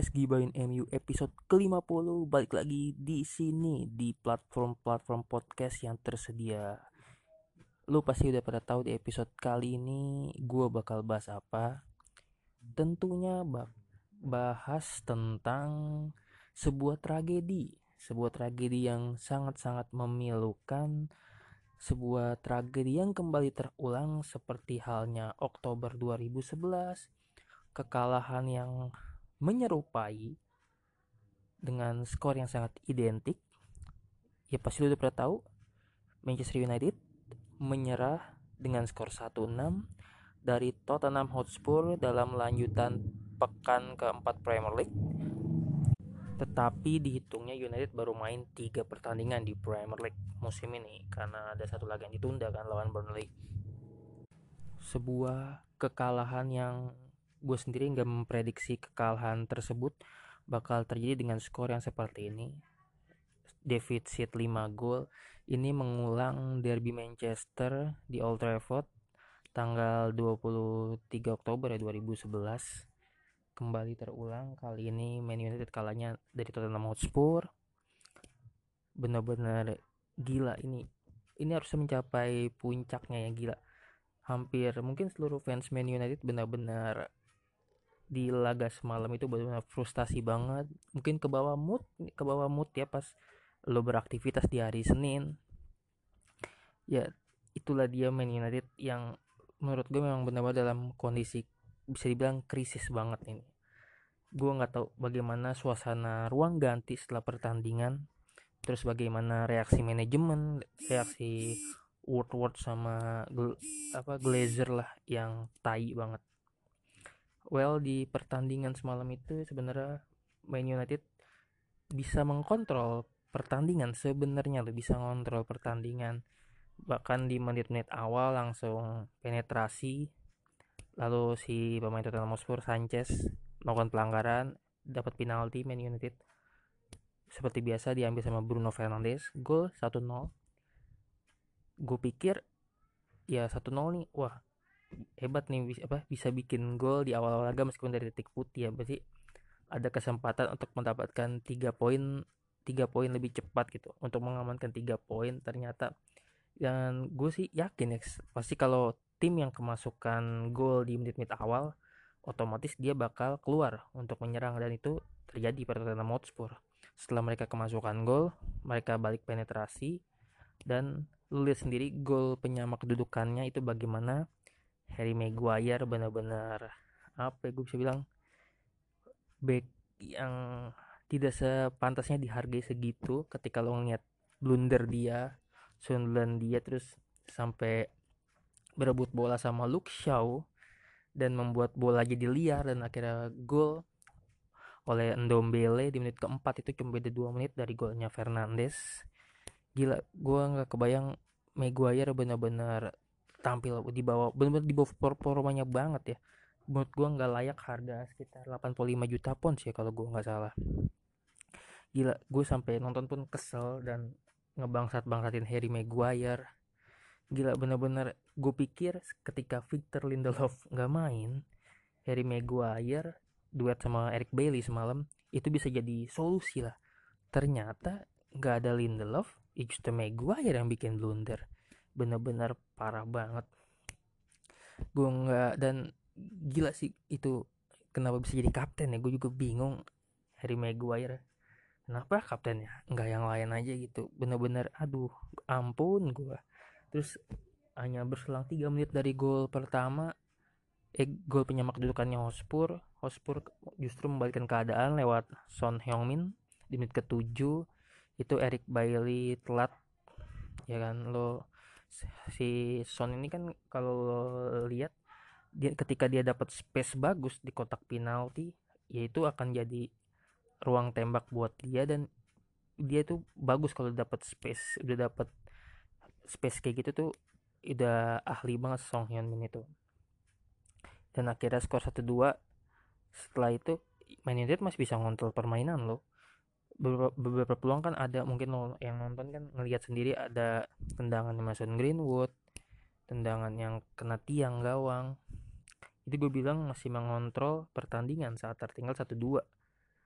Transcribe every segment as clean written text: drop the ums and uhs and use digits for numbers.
podcast Gibain MU episode ke-50. Balik lagi di sini di platform-platform podcast yang tersedia. Lu pasti udah pada tahu di episode kali ini gue bakal bahas apa. Tentunya bahas tentang sebuah tragedi. Sebuah tragedi yang sangat-sangat memilukan. Sebuah tragedi yang kembali terulang seperti halnya Oktober 2011. Kekalahan yang menyerupai dengan skor yang sangat identik. Ya pasti udah pernah tahu, Manchester United menyerah dengan skor 1-6 dari Tottenham Hotspur dalam lanjutan pekan keempat Premier League. Tetapi dihitungnya United baru main 3 pertandingan di Premier League musim ini karena ada satu lagi yang ditunda kan lawan Burnley. Sebuah kekalahan yang gue sendiri nggak memprediksi kekalahan tersebut bakal terjadi dengan skor yang seperti ini. Defisit 5 gol. Ini mengulang derby Manchester di Old Trafford tanggal 23 Oktober 2011. Kembali terulang, kali ini Man United kalahnya dari Tottenham Hotspur. Benar-benar gila ini. Ini harus mencapai puncaknya yang gila. Hampir mungkin seluruh fans Man United benar-benar di laga semalam itu benar-benar frustasi banget. Mungkin ke bawah mood ya pas lo beraktivitas di hari Senin. Ya itulah dia Man United yang menurut gue memang benar-benar dalam kondisi bisa dibilang krisis banget ini. Gue nggak tahu bagaimana suasana ruang ganti setelah pertandingan, terus bagaimana reaksi manajemen, reaksi Woodward sama Glazer lah yang tai banget. Well, di pertandingan semalam itu sebenarnya Man United bisa mengkontrol pertandingan, sebenarnya lo bisa ngontrol pertandingan. Bahkan di menit-menit awal langsung penetrasi, lalu si pemain Tottenham Hotspur Sanchez melakukan pelanggaran, dapat penalti. Man United seperti biasa diambil sama Bruno Fernandes, gol 1-0. Gue pikir ya 1-0 nih, wah hebat nih, bisa bikin gol di awal laga meskipun dari detik putih ya, berarti ada kesempatan untuk mendapatkan 3 poin lebih cepat gitu untuk mengamankan 3 poin. Ternyata dan gue sih yakin ya pasti kalau tim yang kemasukan gol di menit-menit awal otomatis dia bakal keluar untuk menyerang, dan itu terjadi pada Tottenham Hotspur. Setelah mereka kemasukan gol, mereka balik penetrasi, dan lu lihat sendiri gol penyama kedudukannya itu bagaimana Harry Maguire benar-benar gue bisa bilang back yang tidak sepantasnya dihargai segitu. Ketika lo ngeliat blunder dia, sundulan dia, terus sampai berebut bola sama Luke Shaw dan membuat bola jadi liar dan akhirnya gol oleh Ndombele di menit keempat. Itu cuma beda 2 menit dari golnya Fernandes. Gila, gue nggak kebayang Maguire benar-benar tampil di bawah, benar-benar di bawah performanya banget ya. Menurut gue nggak layak harga sekitar 85 juta pound sih kalau gue nggak salah. Gila, gue sampai nonton pun kesel dan ngebangsat-bangsatin Harry Maguire. Gila, bener-bener gue pikir ketika Victor Lindelof nggak main, Harry Maguire duet sama Eric Bailly semalam itu bisa jadi solusi lah. Ternyata nggak ada Lindelof, justru Maguire yang bikin blunder. Bener-bener parah banget. Gue nggak, dan gila sih itu kenapa bisa jadi kapten ya, gue juga bingung. Harry Maguire kenapa kaptennya nggak yang lain aja gitu, bener-bener aduh ampun gue. Terus hanya berselang 3 menit dari gol pertama, gol penyemak kedudukannya Hotspur justru membalikkan keadaan lewat Son Heung-min di menit ke-7. Itu Eric Bailly telat ya kan. Si Son ini kan kalau lo lihat ketika dia dapat space bagus di kotak penalti, yaitu akan jadi ruang tembak buat dia, dan dia tuh bagus kalau dapat space. Udah dapat space kayak gitu tuh udah ahli banget Song Hyun Min itu. Dan akhirnya skor 1-2. Setelah itu Man United masih bisa ngontrol permainan loh. Beberapa peluang kan ada, mungkin lo yang nonton kan ngelihat sendiri, ada tendangan Mason Greenwood, tendangan yang kena tiang gawang. Itu gue bilang masih mengontrol pertandingan saat tertinggal 1-2.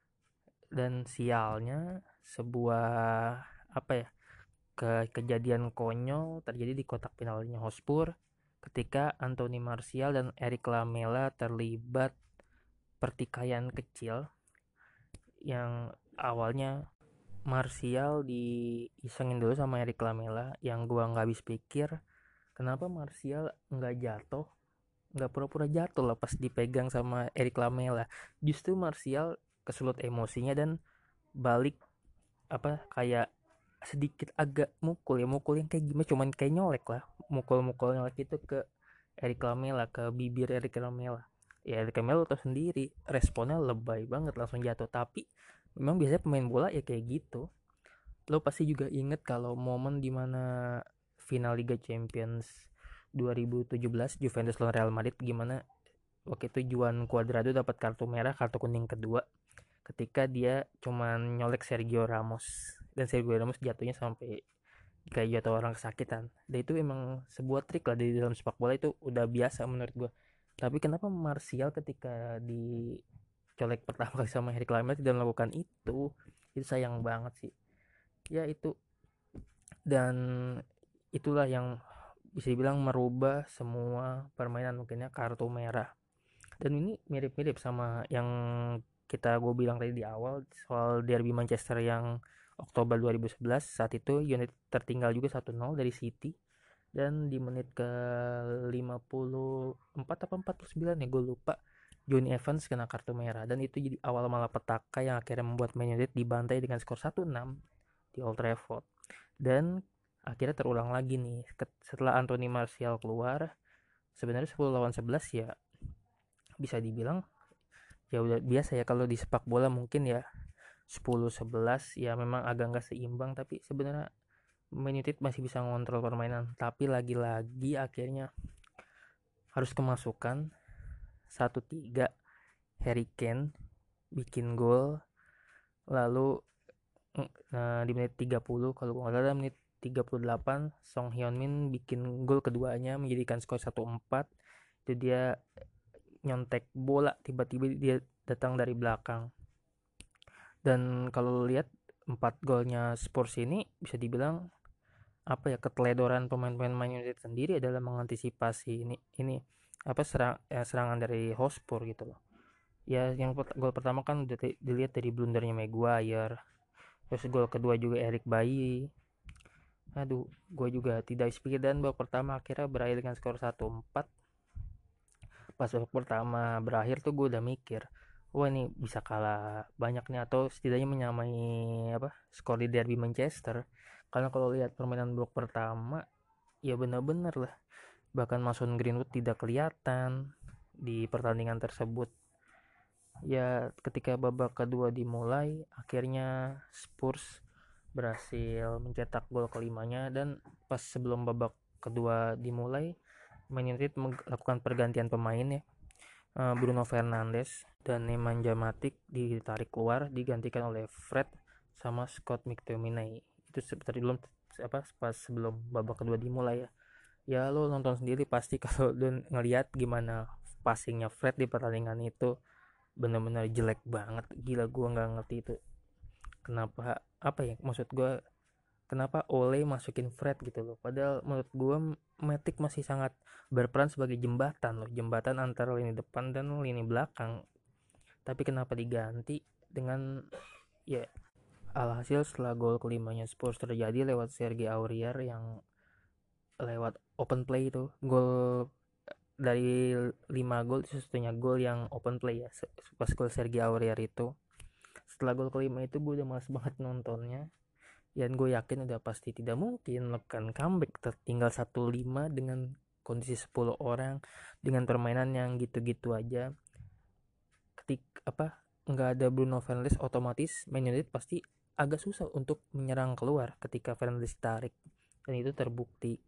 Dan sialnya sebuah apa ya, kejadian konyol terjadi di kotak penaltinya Hotspur ketika Anthony Martial dan Eric Lamela terlibat pertikaian kecil yang awalnya Martial diisengin dulu sama Eric Lamela, yang gua nggak habis pikir kenapa Martial nggak jatuh, nggak pura-pura jatuh lah pas dipegang sama Eric Lamela. Justru Martial kesulut emosinya dan balik apa kayak sedikit agak mukul yang kayak gimana, cuman kayak nyolek lah, mukul nyolek itu ke Eric Lamela, ke bibir Eric Lamela. Ya Eric Lamela tau sendiri responnya lebay banget, langsung jatuh. Tapi memang biasanya pemain bola ya kayak gitu. Lo pasti juga inget kalau momen dimana final Liga Champions 2017 Juventus lawan Real Madrid, gimana waktu itu Juan Cuadrado dapat kartu merah, kartu kuning kedua ketika dia cuman nyolek Sergio Ramos, dan Sergio Ramos jatuhnya sampai kayak jatuh orang kesakitan. Dan itu emang sebuah trik lah di dalam sepak bola, itu udah biasa menurut gue. Tapi kenapa Martial ketika dicolek pertama kali sama Eric Lamela tidak melakukan itu sayang banget sih. Ya itu, dan itulah yang bisa dibilang merubah semua permainan, mungkinnya kartu merah. Dan ini mirip-mirip sama yang gue bilang tadi di awal soal derby Manchester yang Oktober 2011. Saat itu United tertinggal juga 1-0 dari City, dan di menit ke 54 atau 49 ya gue lupa, Johnny Evans kena kartu merah, dan itu jadi awal malapetaka yang akhirnya membuat Man United dibantai dengan skor 1-6 di Old Trafford. Dan akhirnya terulang lagi nih setelah Anthony Martial keluar. Sebenarnya 10 lawan 11 ya bisa dibilang ya udah biasa ya kalau di sepak bola, mungkin ya 10-11 ya memang agak nggak seimbang, tapi sebenarnya Man United masih bisa ngontrol permainan. Tapi lagi-lagi akhirnya harus kemasukan 1-3, Harry Kane bikin gol. Lalu di menit 30 kalau gue nggak salah, menit 38 Song Hyun Min bikin gol keduanya menjadikan skor 1-4. Itu dia nyontek bola, tiba-tiba dia datang dari belakang. Dan kalau lihat 4 golnya Spurs ini bisa dibilang apa ya, keteledoran pemain-pemain Man United sendiri adalah mengantisipasi ini apa serangan dari Hotspur gitu loh. Ya yang gol pertama kan udah dilihat dari blundernya Maguire. Terus gol kedua juga Eric Bailly. Aduh, gue juga tidak speak, dan babak pertama akhirnya berakhir dengan skor 1-4. Pas babak pertama berakhir tuh gue udah mikir, wah ini bisa kalah banyak nih, atau setidaknya menyamai apa skor di derby Manchester. Karena kalau lihat permainan babak pertama ya benar-benar lah, bahkan Mason Greenwood tidak kelihatan di pertandingan tersebut. Ya ketika babak kedua dimulai, akhirnya Spurs berhasil mencetak gol kelimanya, dan pas sebelum babak kedua dimulai Man United melakukan pergantian pemain ya. Bruno Fernandes dan Nemanja Matic ditarik keluar, digantikan oleh Fred sama Scott McTominay. Itu seperti belum apa pas sebelum babak kedua dimulai ya. Ya lo nonton sendiri pasti kalau lo ngelihat gimana passingnya Fred di pertandingan itu, benar-benar jelek banget. Gila, gue nggak ngerti itu kenapa, apa ya maksud gue, kenapa Ole masukin Fred gitu loh. Padahal menurut gue Matic masih sangat berperan sebagai jembatan loh, jembatan antara lini depan dan lini belakang. Tapi kenapa diganti dengan ya, alhasil setelah gol kelimanya Spurs terjadi lewat Sergio Aurier yang lewat open play itu gol dari 5 gol itu satunya gol yang open play ya, pas gol Sergio Aurier itu. Setelah gol kelima itu gue udah males banget nontonnya, dan gue yakin udah pasti tidak mungkin melakukan comeback tertinggal 1-5 dengan kondisi 10 orang, dengan permainan yang gitu-gitu aja. Ketik apa nggak ada Bruno Fernandes, otomatis Man United pasti agak susah untuk menyerang keluar ketika Fernandes tarik, dan itu terbukti.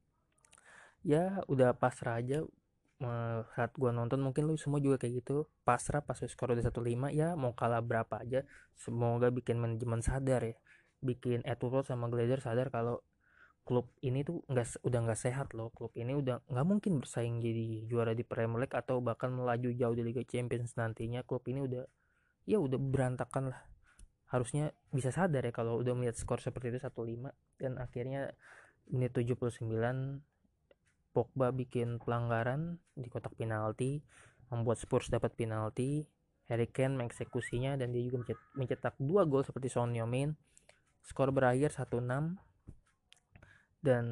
Ya udah pasrah aja. Saat gua nonton mungkin lu semua juga kayak gitu, pasrah pas skor udah 1-5, ya mau kalah berapa aja. Semoga bikin manajemen sadar ya, bikin Edward sama Glazer sadar kalau klub ini tuh udah nggak sehat loh. Klub ini udah nggak mungkin bersaing jadi juara di Premier League atau bahkan melaju jauh di Liga Champions nantinya. Klub ini udah ya udah berantakan lah. harusnya bisa sadar ya kalau udah melihat skor seperti itu 1-5. Dan akhirnya menit 79 Pogba bikin pelanggaran di kotak penalti, membuat Spurs dapat penalti. Harry Kane mengeksekusinya dan dia juga mencetak 2 gol seperti Son Heung-min. Skor berakhir 1-6 dan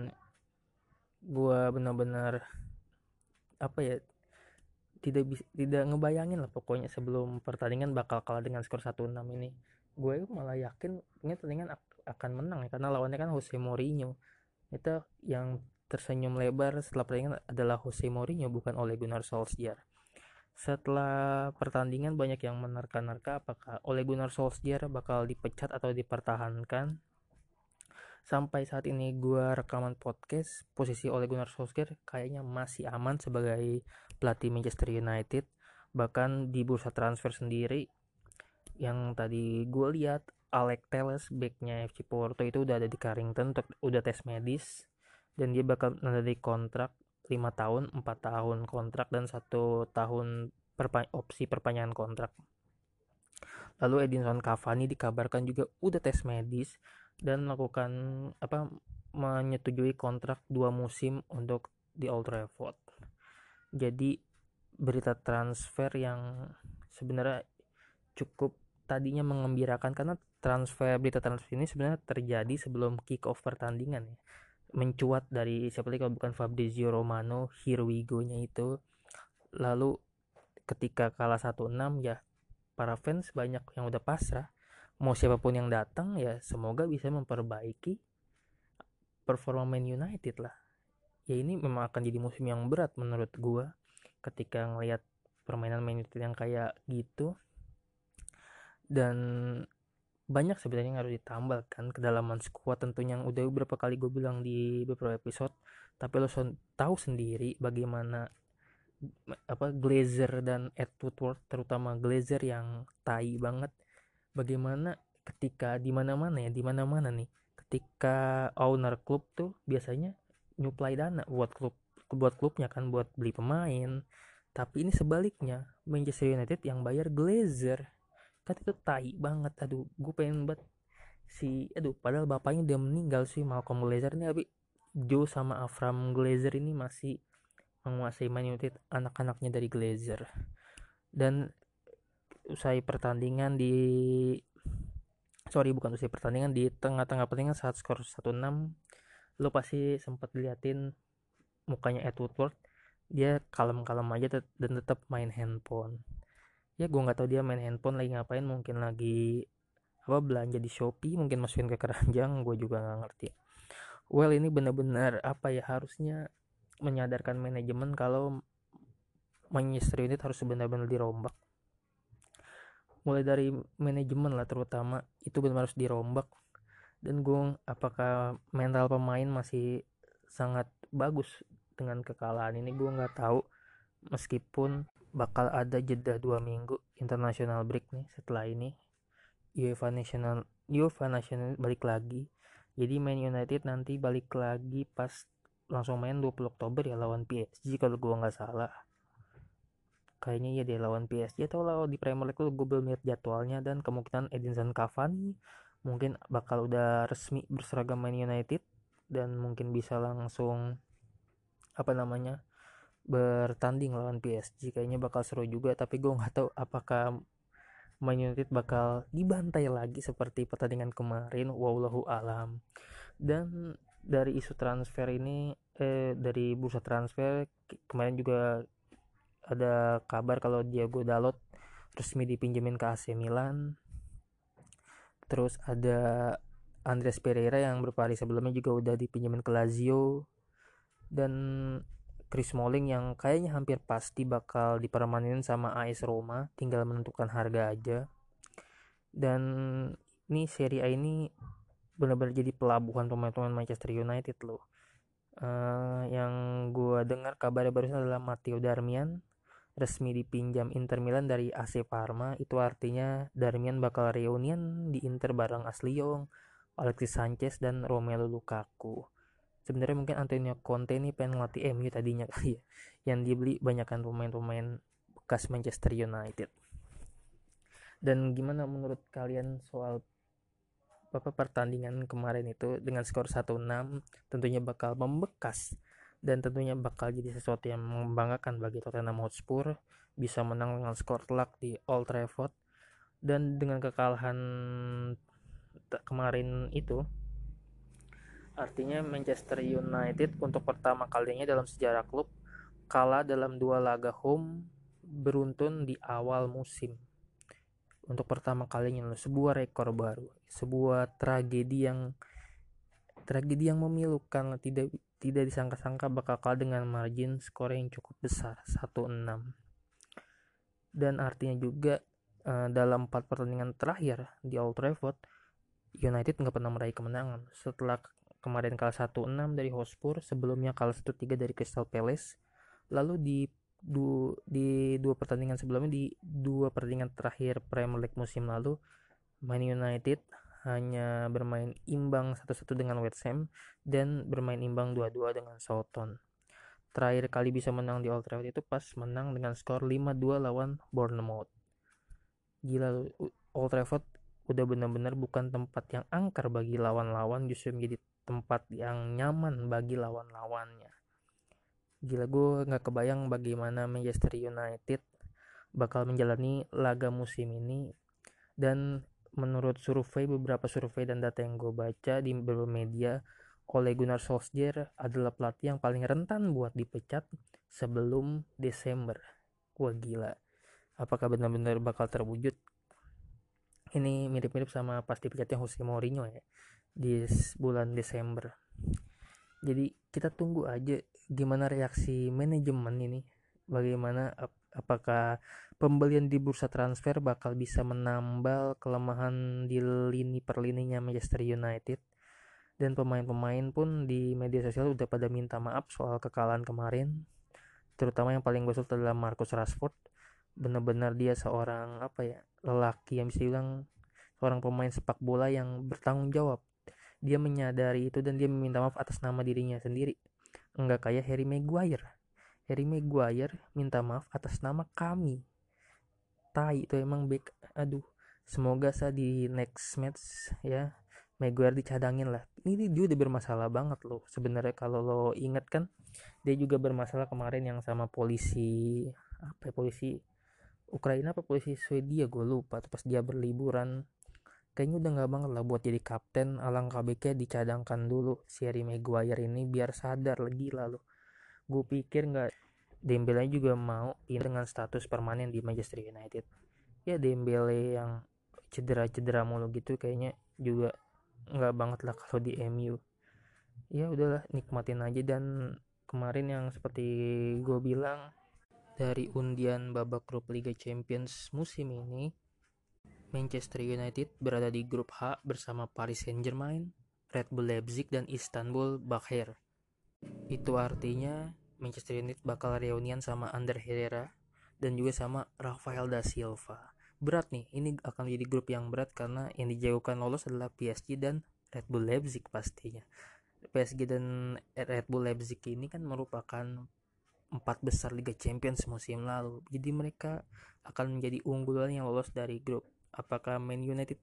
gua benar-benar apa ya, tidak ngebayangin lah pokoknya sebelum pertandingan bakal kalah dengan skor 1-6 ini. Gue malah yakin ini pertandingan akan menang ya, karena lawannya kan Jose Mourinho. Itu yang tersenyum lebar setelah pertandingan adalah Jose Mourinho, bukan Ole Gunnar Solskjaer. Setelah pertandingan banyak yang menerka-nerka apakah Ole Gunnar Solskjaer bakal dipecat atau dipertahankan. Sampai saat ini gue rekaman podcast, posisi Ole Gunnar Solskjaer kayaknya masih aman sebagai pelatih Manchester United. Bahkan di bursa transfer sendiri, yang tadi gue lihat Alex Telles backnya FC Porto itu udah ada di Carrington, udah tes medis, dan dia bakal nanti kontrak 5 tahun, 4 tahun kontrak, dan 1 tahun opsi perpanjangan kontrak. Lalu Edinson Cavani dikabarkan juga udah tes medis dan melakukan menyetujui kontrak 2 musim untuk di Old Trafford. Jadi berita transfer yang sebenarnya cukup tadinya mengembirakan, karena berita transfer ini sebenarnya terjadi sebelum kick off pertandingan ya. Mencuat dari siapa lagi kalau bukan Fabrizio Romano, here we go-nya itu. Lalu ketika kalah 1-6 ya, para fans banyak yang udah pasrah. Mau siapapun yang datang ya semoga bisa memperbaiki performa Man United lah. Ya ini memang akan jadi musim yang berat menurut gua ketika ngelihat permainan Man United yang kayak gitu. Dan banyak sebenarnya yang harus ditambahkan kedalaman skuad tentunya, yang udah beberapa kali gue bilang di beberapa episode. Tapi lo tahu sendiri bagaimana Glazer dan Ed Woodward, terutama Glazer yang tai banget. Bagaimana ketika di mana-mana nih, ketika owner klub tuh biasanya nyuplai dana buat klubnya kan, buat beli pemain. Tapi ini sebaliknya, Manchester United yang bayar Glazer. Kan itu tai banget. Aduh, gue pengen banget padahal bapaknya udah meninggal sih, Malcolm Glazer ini, tapi Joe sama Avram Glazer ini masih menguasai Man United, anak-anaknya dari Glazer. Dan usai pertandingan di tengah-tengah pertandingan saat skor 1-6, lo pasti sempat liatin mukanya Ed Woodward. Dia kalem-kalem aja dan tetap main handphone. Ya gue nggak tahu dia main handphone lagi ngapain, mungkin lagi belanja di Shopee, mungkin masukin ke keranjang, gue juga nggak ngerti. Well, ini benar-benar harusnya menyadarkan manajemen kalau Manchester United harus benar-benar dirombak. Mulai dari manajemen lah terutama, itu benar harus dirombak. Dan apakah mental pemain masih sangat bagus dengan kekalahan ini, gue nggak tahu. Meskipun bakal ada jeda 2 minggu international break nih setelah ini, UEFA National balik lagi. Jadi Man United nanti balik lagi pas langsung main 20 Oktober ya lawan PSG kalau gue nggak salah. Kayaknya ya dia lawan PSG atau lawan di Premier League, gue belum lihat jadwalnya. Dan kemungkinan Edinson Cavani mungkin bakal udah resmi berseragam Man United dan mungkin bisa langsung bertanding lawan PSG. Kayaknya bakal seru juga, tapi gue nggak tahu apakah Man United bakal dibantai lagi seperti pertandingan kemarin, wallahu alam. Dan dari isu transfer ini, dari bursa transfer kemarin juga ada kabar kalau Diogo Dalot resmi dipinjemin ke AC Milan. Terus ada Andreas Pereira yang beberapa hari sebelumnya juga udah dipinjemin ke Lazio. Dan Chris Smalling yang kayaknya hampir pasti bakal dipermanenin sama AS Roma, tinggal menentukan harga aja. Dan ini Serie A ini benar-benar jadi pelabuhan pemain-pemain Manchester United loh. Yang gue dengar kabarnya barusan adalah Matteo Darmian resmi dipinjam Inter Milan dari AC Parma. Itu artinya Darmian bakal reunian di Inter bareng Ashley Young, Alexis Sanchez, dan Romelu Lukaku. Sebenarnya mungkin Antonio Conte ini pengen ngelatih MU tadinya kali ya, yang dibeli banyakkan pemain-pemain bekas Manchester United. Dan gimana menurut kalian soal pertandingan kemarin itu dengan skor 1-6? Tentunya bakal membekas dan tentunya bakal jadi sesuatu yang membanggakan bagi Tottenham Hotspur, bisa menang dengan skor telak di Old Trafford. Dan dengan kekalahan kemarin itu, artinya Manchester United untuk pertama kalinya dalam sejarah klub kalah dalam 2 laga home beruntun di awal musim. Untuk pertama kalinya sebuah rekor baru, sebuah tragedi yang memilukan, tidak tidak disangka-sangka bakal kalah dengan margin skor yang cukup besar 1-6. Dan artinya juga dalam 4 pertandingan terakhir di Old Trafford, United nggak pernah meraih kemenangan. Setelah kemarin kalah 1-6 dari Hotspur, sebelumnya kalah 1-3 dari Crystal Palace. Lalu di 2 pertandingan sebelumnya, di 2 pertandingan terakhir Premier League musim lalu, Man United hanya bermain imbang 1-1 dengan West Ham dan bermain imbang 2-2 dengan Southampton. Terakhir kali bisa menang di Old Trafford itu pas menang dengan skor 5-2 lawan Bournemouth. Gila, Old Trafford udah benar-benar bukan tempat yang angker bagi lawan-lawan, justru menjadi tempat yang nyaman bagi lawan-lawannya. Gila, gue nggak kebayang bagaimana Manchester United bakal menjalani laga musim ini. Dan menurut beberapa survei dan data yang gue baca di beberapa media, Ole Gunnar Solskjaer adalah pelatih yang paling rentan buat dipecat sebelum Desember. Wah gila, apakah benar-benar bakal terwujud? Ini mirip-mirip sama pas dipecatnya Jose Mourinho ya di bulan Desember. Jadi kita tunggu aja gimana reaksi manajemen ini, bagaimana apakah pembelian di bursa transfer bakal bisa menambal kelemahan di lini per lininya Manchester United. Dan pemain-pemain pun di media sosial udah pada minta maaf soal kekalahan kemarin, terutama yang paling gue suka adalah Marcus Rashford. Benar-benar dia seorang lelaki yang bisa bilang seorang pemain sepak bola yang bertanggung jawab. Dia menyadari itu dan dia meminta maaf atas nama dirinya sendiri. Enggak kayak Harry Maguire. Harry Maguire minta maaf atas nama kami. Tai itu emang back. Aduh, semoga di next match ya Maguire dicadangin lah. Ini dia udah bermasalah banget loh. Sebenarnya kalau lo inget kan, dia juga bermasalah kemarin yang sama polisi polisi Ukraina polisi Swedia, gue lupa tuh, pas dia berliburan. Kayaknya udah nggak banget lah buat jadi kapten. Alangkah baiknya dicadangkan dulu si Harry Maguire ini biar sadar lagi lalu. Gue pikir nggak, Dembele juga mau pindah dengan status permanen di Manchester United. Ya Dembele yang cedera-cedera mulu gitu kayaknya juga nggak banget lah kalau di MU. Ya udahlah, nikmatin aja. Dan kemarin yang seperti gue bilang, dari undian babak grup Liga Champions musim ini, Manchester United berada di grup H bersama Paris Saint-Germain, Red Bull Leipzig, dan Istanbul Bakhir. Itu artinya Manchester United bakal reunian sama Ander Herrera dan juga sama Rafael da Silva. Berat nih, ini akan menjadi grup yang berat karena yang dijauhkan lolos adalah PSG dan Red Bull Leipzig pastinya. PSG dan Red Bull Leipzig ini kan merupakan 4 besar Liga Champions musim lalu. Jadi mereka akan menjadi unggulan yang lolos dari grup. Apakah Man United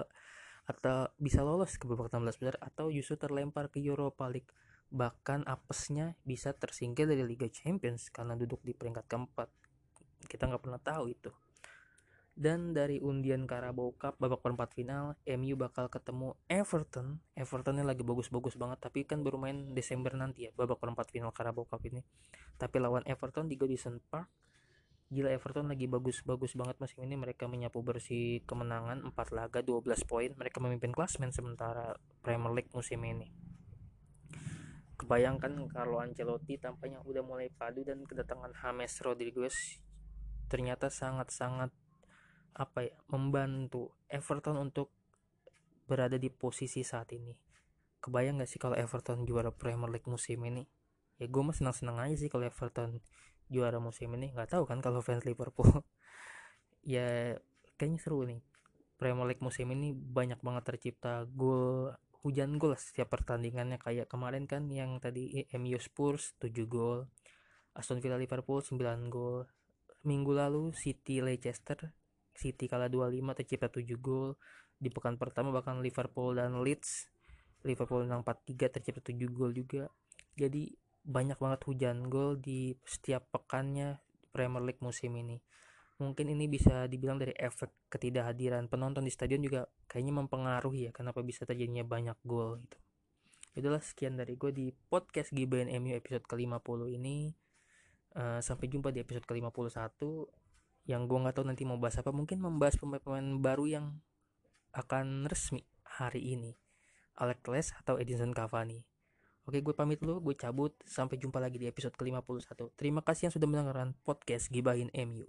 bisa lolos ke babak 16 besar atau justru terlempar ke Europa League? Bahkan apesnya bisa tersingkir dari Liga Champions karena duduk di peringkat keempat. Kita nggak pernah tahu itu. Dan dari undian Carabao Cup babak perempat final, MU bakal ketemu Everton. Evertonnya lagi bagus-bagus banget, tapi kan baru main Desember nanti ya babak perempat final Carabao Cup ini. Tapi lawan Everton di Goodison Park, gila Everton lagi bagus-bagus banget musim ini. Mereka menyapu bersih kemenangan 4 laga 12 poin. Mereka memimpin klasmen sementara Premier League musim ini. Kebayangkan Carlo Ancelotti tampaknya udah mulai padu, dan kedatangan James Rodriguez ternyata sangat-sangat membantu Everton untuk berada di posisi saat ini. Kebayang gak sih kalau Everton juara Premier League musim ini? Ya gue mah senang-senang aja sih kalau Everton juara musim ini. Gak tahu kan kalau fans Liverpool. Ya kayaknya seru nih. Premier League musim ini banyak banget tercipta gol, hujan gol setiap pertandingannya. Kayak kemarin kan yang tadi MU Spurs 7 gol, Aston Villa Liverpool 9 gol. Minggu lalu City Leicester City kalah 2-5 tercipta 7 gol. Di pekan pertama bahkan Liverpool dan Leeds, Liverpool menang 4-3 tercipta 7 gol juga. Jadi banyak banget hujan gol di setiap pekannya Premier League musim ini. Mungkin ini bisa dibilang dari efek ketidakhadiran penonton di stadion juga kayaknya mempengaruhi ya kenapa bisa terjadinya banyak gol gitu. Itulah sekian dari gue di podcast Gibahin MU episode ke-50 ini. Sampai jumpa di episode ke-51 yang gue gak tahu nanti mau bahas apa. Mungkin membahas pemain-pemain baru yang akan resmi hari ini, Alex Telles atau Edinson Cavani. Oke, gue pamit dulu, gue cabut. Sampai jumpa lagi di episode ke-51. Terima kasih yang sudah mendengarkan podcast Gibahin MU.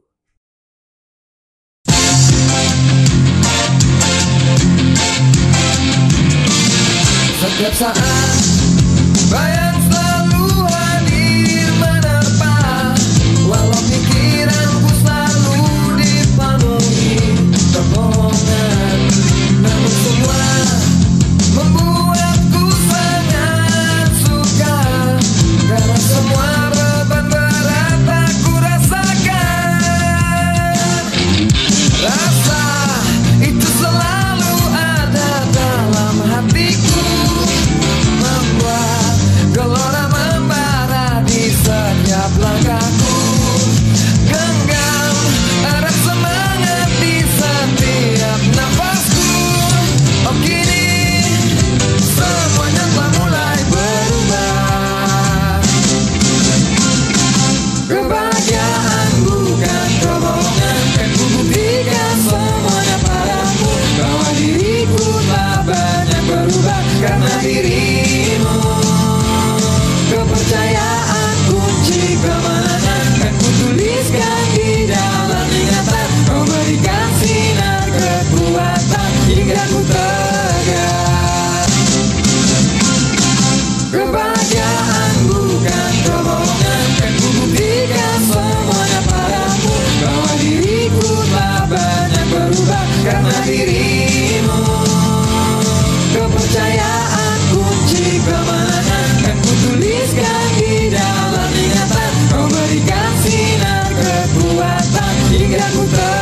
Setiap saat bayang selalu hadir menerpa, walau pikiranku selalu dipenuhi kebohongan, namun semua membuatku sangat suka, karena semua beban berat aku rasakan. Rasa itu selalu ada dalam hatiku, membuat gelora membara di setiap langkahku, genggam erat semangat di setiap nafasku. Oh kini semuanya telah mulai berubah. Kebahagiaan bukan kebohongan, kan ku buktikan semuanya padamu, bahwa diriku telah banyak berubah karena dirimu. Kepercayaan kunci kemenangan, kan ku tuliskan di dalam ingatan, kau berikan sinar kekuatan hingga ku tegak. Kebahagiaan bukan kebohongan, kan ku buktikan semuanya padamu, bahwa diriku telah banyak berubah karena dirimu. Kepercayaan kunci kemenangan, kan ku tuliskan di dalam ingatan, kau berikan sinar kekuatan hingga ku tegak.